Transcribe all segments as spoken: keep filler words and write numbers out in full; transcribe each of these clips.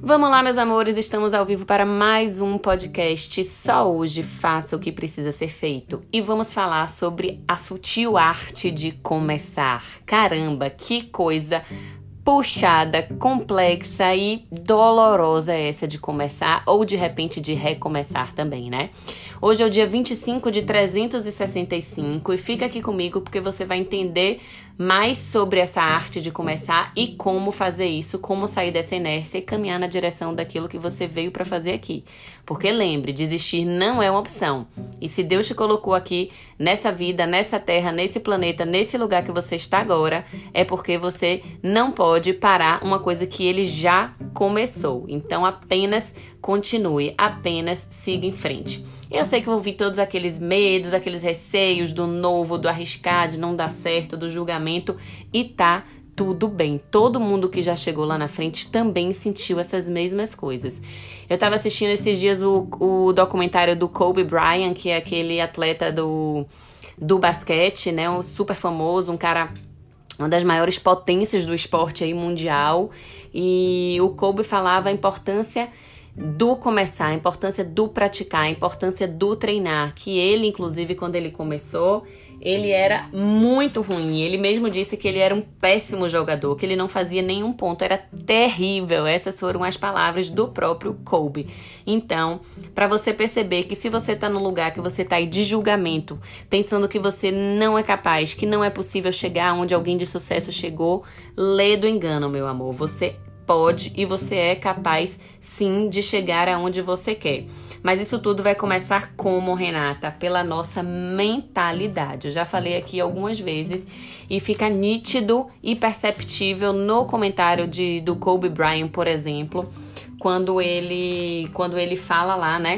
Vamos lá, meus amores, estamos ao vivo para mais um podcast. Só hoje faça o que precisa ser feito. E vamos falar sobre a sutil arte de começar. Caramba, que coisa puxada, complexa e dolorosa essa de começar, ou de repente de recomeçar também, né? Hoje é o dia vinte e cinco de trezentos e sessenta e cinco e fica aqui comigo porque você vai entender mais sobre essa arte de começar e como fazer isso, como sair dessa inércia e caminhar na direção daquilo que você veio para fazer aqui. Porque lembre, desistir não é uma opção. E se Deus te colocou aqui, nessa vida, nessa terra, nesse planeta, nesse lugar que você está agora, é porque você não pode parar uma coisa que ele já começou. Então apenas continue, apenas siga em frente. Eu sei que vou ouvir todos aqueles medos, aqueles receios do novo, do arriscar, de não dar certo, do julgamento, e tá tudo bem. Todo mundo que já chegou lá na frente também sentiu essas mesmas coisas. Eu tava assistindo esses dias o, o documentário do Kobe Bryant, que é aquele atleta do, do basquete, né? Um super famoso, um cara... uma das maiores potências do esporte aí mundial. E o Kobe falava a importância do começar, a importância do praticar, a importância do treinar, que ele, inclusive, quando ele começou, ele era muito ruim. Ele mesmo disse que ele era um péssimo jogador, que ele não fazia nenhum ponto, era terrível. Essas foram as palavras do próprio Kobe. Então, para você perceber que se você tá num lugar que você tá aí de julgamento, pensando que você não é capaz, que não é possível chegar onde alguém de sucesso chegou, lê do engano, meu amor. Você pode e você é capaz, sim, de chegar aonde você quer. Mas isso tudo vai começar como, Renata? Pela nossa mentalidade. Eu já falei aqui algumas vezes e fica nítido e perceptível no comentário de, do Kobe Bryant, por exemplo, quando ele, quando ele fala lá, né?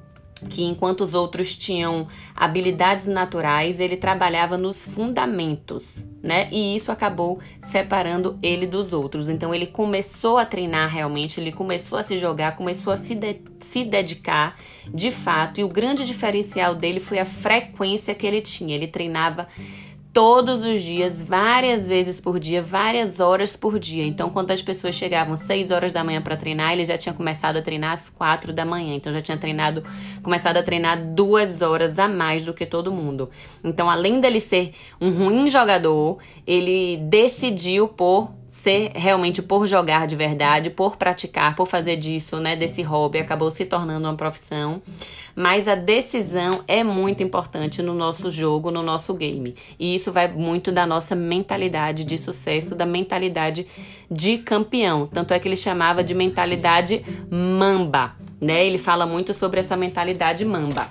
Que enquanto os outros tinham habilidades naturais, ele trabalhava nos fundamentos, né? E isso acabou separando ele dos outros. Então ele começou a treinar realmente, ele começou a se jogar, começou a se, de- se dedicar de fato. E o grande diferencial dele foi a frequência que ele tinha. Ele treinava todos os dias, várias vezes por dia, várias horas por dia. Então, quando as pessoas chegavam às seis horas da manhã para treinar, ele já tinha começado a treinar às quatro da manhã. Então, já tinha treinado, começado a treinar duas horas a mais do que todo mundo. Então, além dele ser um ruim jogador, ele decidiu por ser realmente por jogar de verdade, por praticar, por fazer disso, né, desse hobby, acabou se tornando uma profissão. Mas a decisão é muito importante no nosso jogo, no nosso game. E isso vai muito da nossa mentalidade de sucesso, da mentalidade de campeão. Tanto é que ele chamava de mentalidade Mamba, né? Ele fala muito sobre essa mentalidade Mamba.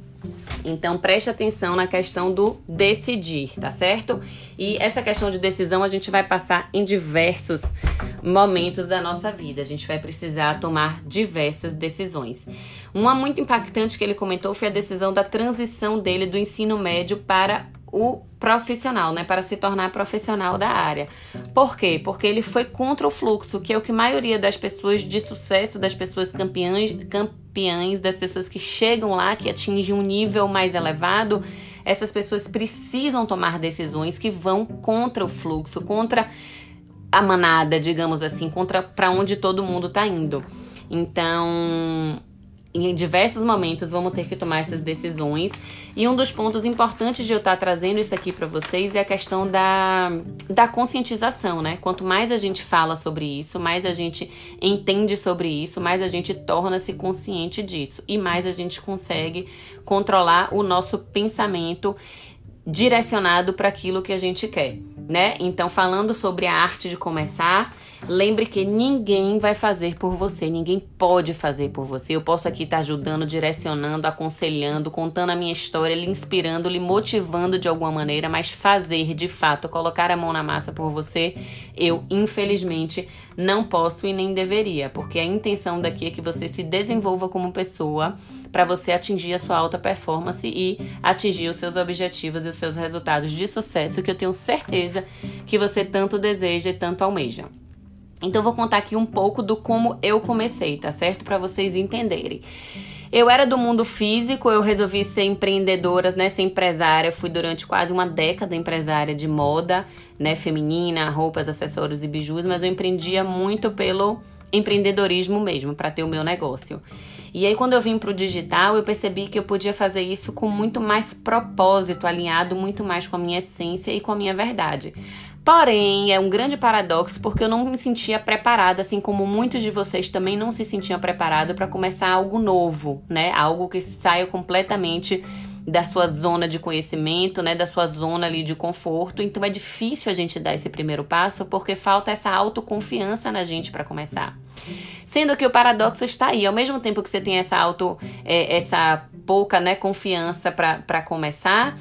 Então, preste atenção na questão do decidir, tá certo? E essa questão de decisão a gente vai passar em diversos momentos da nossa vida. A gente vai precisar tomar diversas decisões. Uma muito impactante que ele comentou foi a decisão da transição dele do ensino médio para o profissional, né, para se tornar profissional da área. Por quê? Porque ele foi contra o fluxo, que é o que a maioria das pessoas de sucesso, das pessoas campeãs, campeãs, das pessoas que chegam lá, que atingem um nível mais elevado, essas pessoas precisam tomar decisões que vão contra o fluxo, contra a manada, digamos assim, contra para onde todo mundo tá indo. Então, em diversos momentos vamos ter que tomar essas decisões. E um dos pontos importantes de eu estar trazendo isso aqui para vocês é a questão da, da conscientização, né? Quanto mais a gente fala sobre isso, mais a gente entende sobre isso, mais a gente torna-se consciente disso. E mais a gente consegue controlar o nosso pensamento direcionado para aquilo que a gente quer, né? Então, falando sobre a arte de começar, lembre que ninguém vai fazer por você, ninguém pode fazer por você. Eu posso aqui estar ajudando, direcionando, aconselhando, contando a minha história, lhe inspirando, lhe motivando de alguma maneira, mas fazer de fato, colocar a mão na massa por você, eu infelizmente não posso e nem deveria, porque a intenção daqui é que você se desenvolva como pessoa para você atingir a sua alta performance e atingir os seus objetivos e os seus resultados de sucesso, que eu tenho certeza que você tanto deseja e tanto almeja. Então, eu vou contar aqui um pouco do como eu comecei, tá certo? Para vocês entenderem. Eu era do mundo físico, eu resolvi ser empreendedora, né, ser empresária. Fui durante quase uma década empresária de moda, né, feminina, roupas, acessórios e bijus, mas eu empreendia muito pelo empreendedorismo mesmo, para ter o meu negócio. E aí, quando eu vim pro digital, eu percebi que eu podia fazer isso com muito mais propósito, alinhado muito mais com a minha essência e com a minha verdade. Porém, é um grande paradoxo porque eu não me sentia preparada, assim como muitos de vocês também não se sentiam preparados para começar algo novo, né? Algo que saia completamente da sua zona de conhecimento, né, da sua zona ali de conforto. Então é difícil a gente dar esse primeiro passo porque falta essa autoconfiança na gente para começar. Sendo que o paradoxo está aí, ao mesmo tempo que você tem essa auto, é, essa pouca, né, confiança para começar,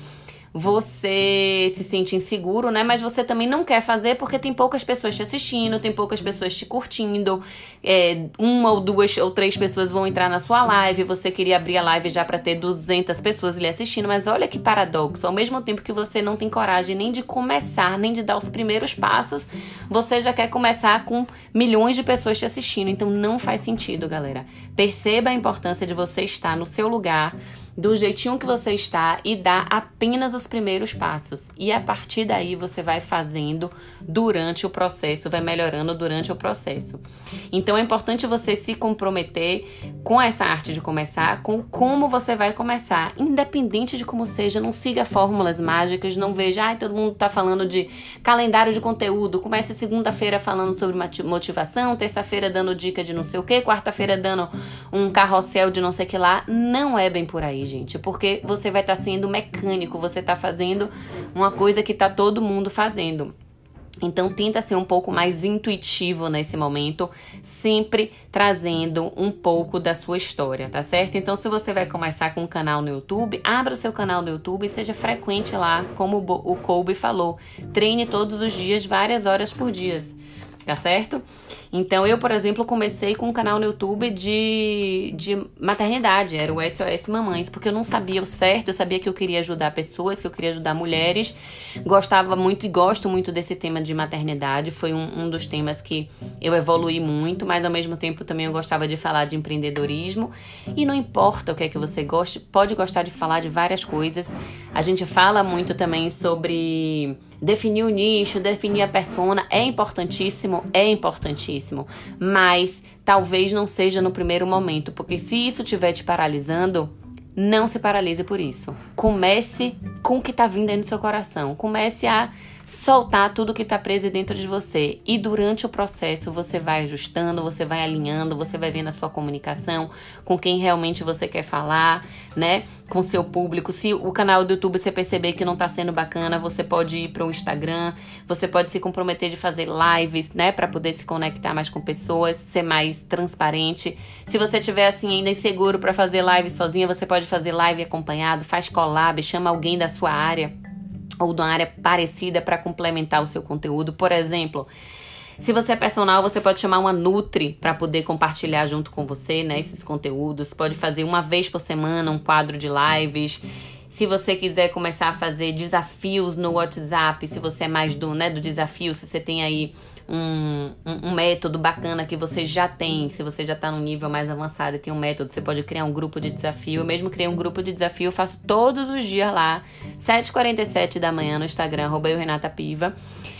você se sente inseguro, né? Mas você também não quer fazer porque tem poucas pessoas te assistindo, tem poucas pessoas te curtindo, é, uma ou duas ou três pessoas vão entrar na sua live, você queria abrir a live já para ter duzentas pessoas lhe assistindo, mas olha que paradoxo, ao mesmo tempo que você não tem coragem nem de começar, nem de dar os primeiros passos, você já quer começar com milhões de pessoas te assistindo, então não faz sentido, galera. Perceba a importância de você estar no seu lugar, do jeitinho que você está e dá apenas os primeiros passos. E a partir daí você vai fazendo durante o processo, vai melhorando durante o processo. Então é importante você se comprometer com essa arte de começar, com como você vai começar. Independente de como seja, não siga fórmulas mágicas, não veja, ai, todo mundo tá falando de calendário de conteúdo, comece segunda-feira falando sobre motivação, terça-feira dando dica de não sei o que, quarta-feira dando um carrossel de não sei o que lá. Não é bem por aí, gente, porque você vai estar tá sendo mecânico, você está fazendo uma coisa que está todo mundo fazendo. Então tenta ser um pouco mais intuitivo nesse momento, sempre trazendo um pouco da sua história, tá certo? Então se você vai começar com um canal no YouTube, abra o seu canal no YouTube e seja frequente lá, como o Kolbe falou. Treine todos os dias, várias horas por dia. Tá certo? Então, eu, por exemplo, comecei com um canal no YouTube de, de maternidade, era o S O S Mamães, porque eu não sabia o certo, eu sabia que eu queria ajudar pessoas, que eu queria ajudar mulheres, gostava muito e gosto muito desse tema de maternidade, foi um, um dos temas que eu evoluí muito, mas ao mesmo tempo também eu gostava de falar de empreendedorismo, e não importa o que é que você goste, pode gostar de falar de várias coisas, a gente fala muito também sobre definir o nicho, definir a persona, é importantíssimo, é importantíssimo, mas talvez não seja no primeiro momento, porque se isso estiver te paralisando, não se paralise por isso. Comece com o que está vindo aí no seu coração, comece a soltar tudo que está preso dentro de você e durante o processo você vai ajustando, você vai alinhando, você vai vendo a sua comunicação com quem realmente você quer falar, né, com seu público. Se o canal do YouTube você perceber que não está sendo bacana, você pode ir para o Instagram, você pode se comprometer de fazer lives, né, para poder se conectar mais com pessoas, ser mais transparente. Se você tiver assim ainda inseguro para fazer live sozinha, você pode fazer live acompanhado, faz collab, chama alguém da sua área ou de uma área parecida para complementar o seu conteúdo. Por exemplo, se você é personal, você pode chamar uma Nutri para poder compartilhar junto com você, né, esses conteúdos. Pode fazer uma vez por semana um quadro de lives. Se você quiser começar a fazer desafios no WhatsApp, se você é mais do, né, do desafio, se você tem aí Um, um, um método bacana que você já tem, se você já tá num nível mais avançado e tem um método, você pode criar um grupo de desafio. Eu mesmo criei um grupo de desafio, eu faço todos os dias lá, sete e quarenta e sete da manhã no Instagram, arroba eu Renata Piva.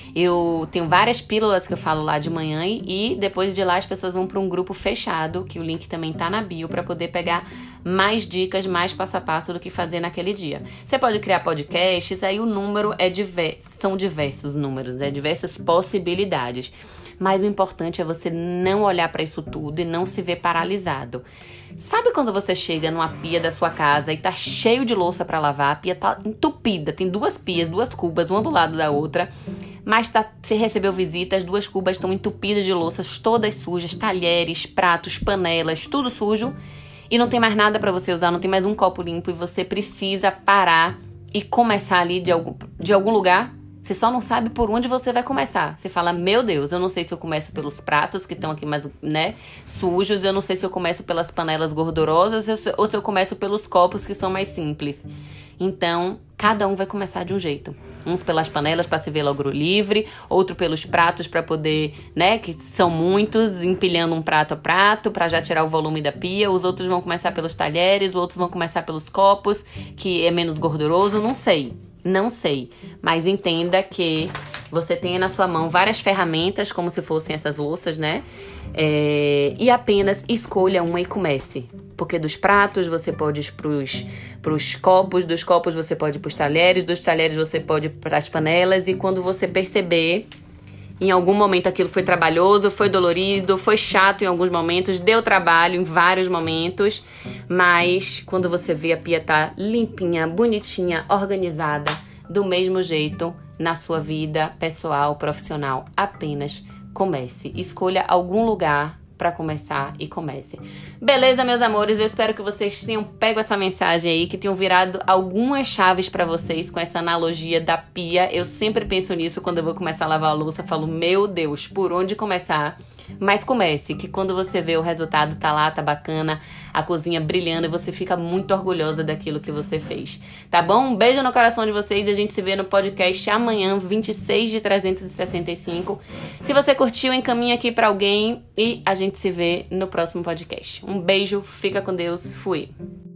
Eu tenho várias pílulas que eu falo lá de manhã e, e depois de lá as pessoas vão para um grupo fechado, que o link também tá na bio, para poder pegar mais dicas, mais passo a passo do que fazer naquele dia. Você pode criar podcasts, aí o número é diverso, são diversos números, é diversas possibilidades. Mas o importante é você não olhar para isso tudo e não se ver paralisado. Sabe quando você chega numa pia da sua casa e tá cheio de louça para lavar, a pia tá entupida, tem duas pias, duas cubas, uma do lado da outra, mas tá, você recebeu visita, as duas cubas estão entupidas de louças, todas sujas, talheres, pratos, panelas, tudo sujo, e não tem mais nada para você usar, não tem mais um copo limpo, e você precisa parar e começar ali de algum, de algum lugar. Você só não sabe por onde você vai começar. Você fala, meu Deus, eu não sei se eu começo pelos pratos que estão aqui mais, né, sujos. Eu não sei se eu começo pelas panelas gordurosas ou se eu começo pelos copos que são mais simples. Então, cada um vai começar de um jeito. Uns pelas panelas para se ver logo livre, outro pelos pratos para poder, né, que são muitos, empilhando um prato a prato para já tirar o volume da pia. Os outros vão começar pelos talheres, os outros vão começar pelos copos, que é menos gorduroso, não sei. Não sei, mas entenda que você tenha na sua mão várias ferramentas, como se fossem essas louças, né? É, e apenas escolha uma e comece. Porque dos pratos você pode ir pros, pros copos, dos copos você pode ir pros talheres, dos talheres você pode ir pras panelas, e quando você perceber, em algum momento aquilo foi trabalhoso, foi dolorido, foi chato em alguns momentos, deu trabalho em vários momentos, mas quando você vê a pia tá limpinha, bonitinha, organizada, do mesmo jeito na sua vida pessoal, profissional, apenas comece. Escolha algum lugar para começar e comece. Beleza, meus amores? Eu espero que vocês tenham pego essa mensagem aí, que tenham virado algumas chaves para vocês com essa analogia da pia. Eu sempre penso nisso quando eu vou começar a lavar a louça. Falo, meu Deus, por onde começar? Mas comece, que quando você vê o resultado tá lá, tá bacana, a cozinha brilhando, e você fica muito orgulhosa daquilo que você fez. Tá bom? Um beijo no coração de vocês, e a gente se vê no podcast amanhã, vinte e seis de trezentos e sessenta e cinco. Se você curtiu, encaminha aqui pra alguém, e a gente se vê no próximo podcast. Um beijo, fica com Deus, fui!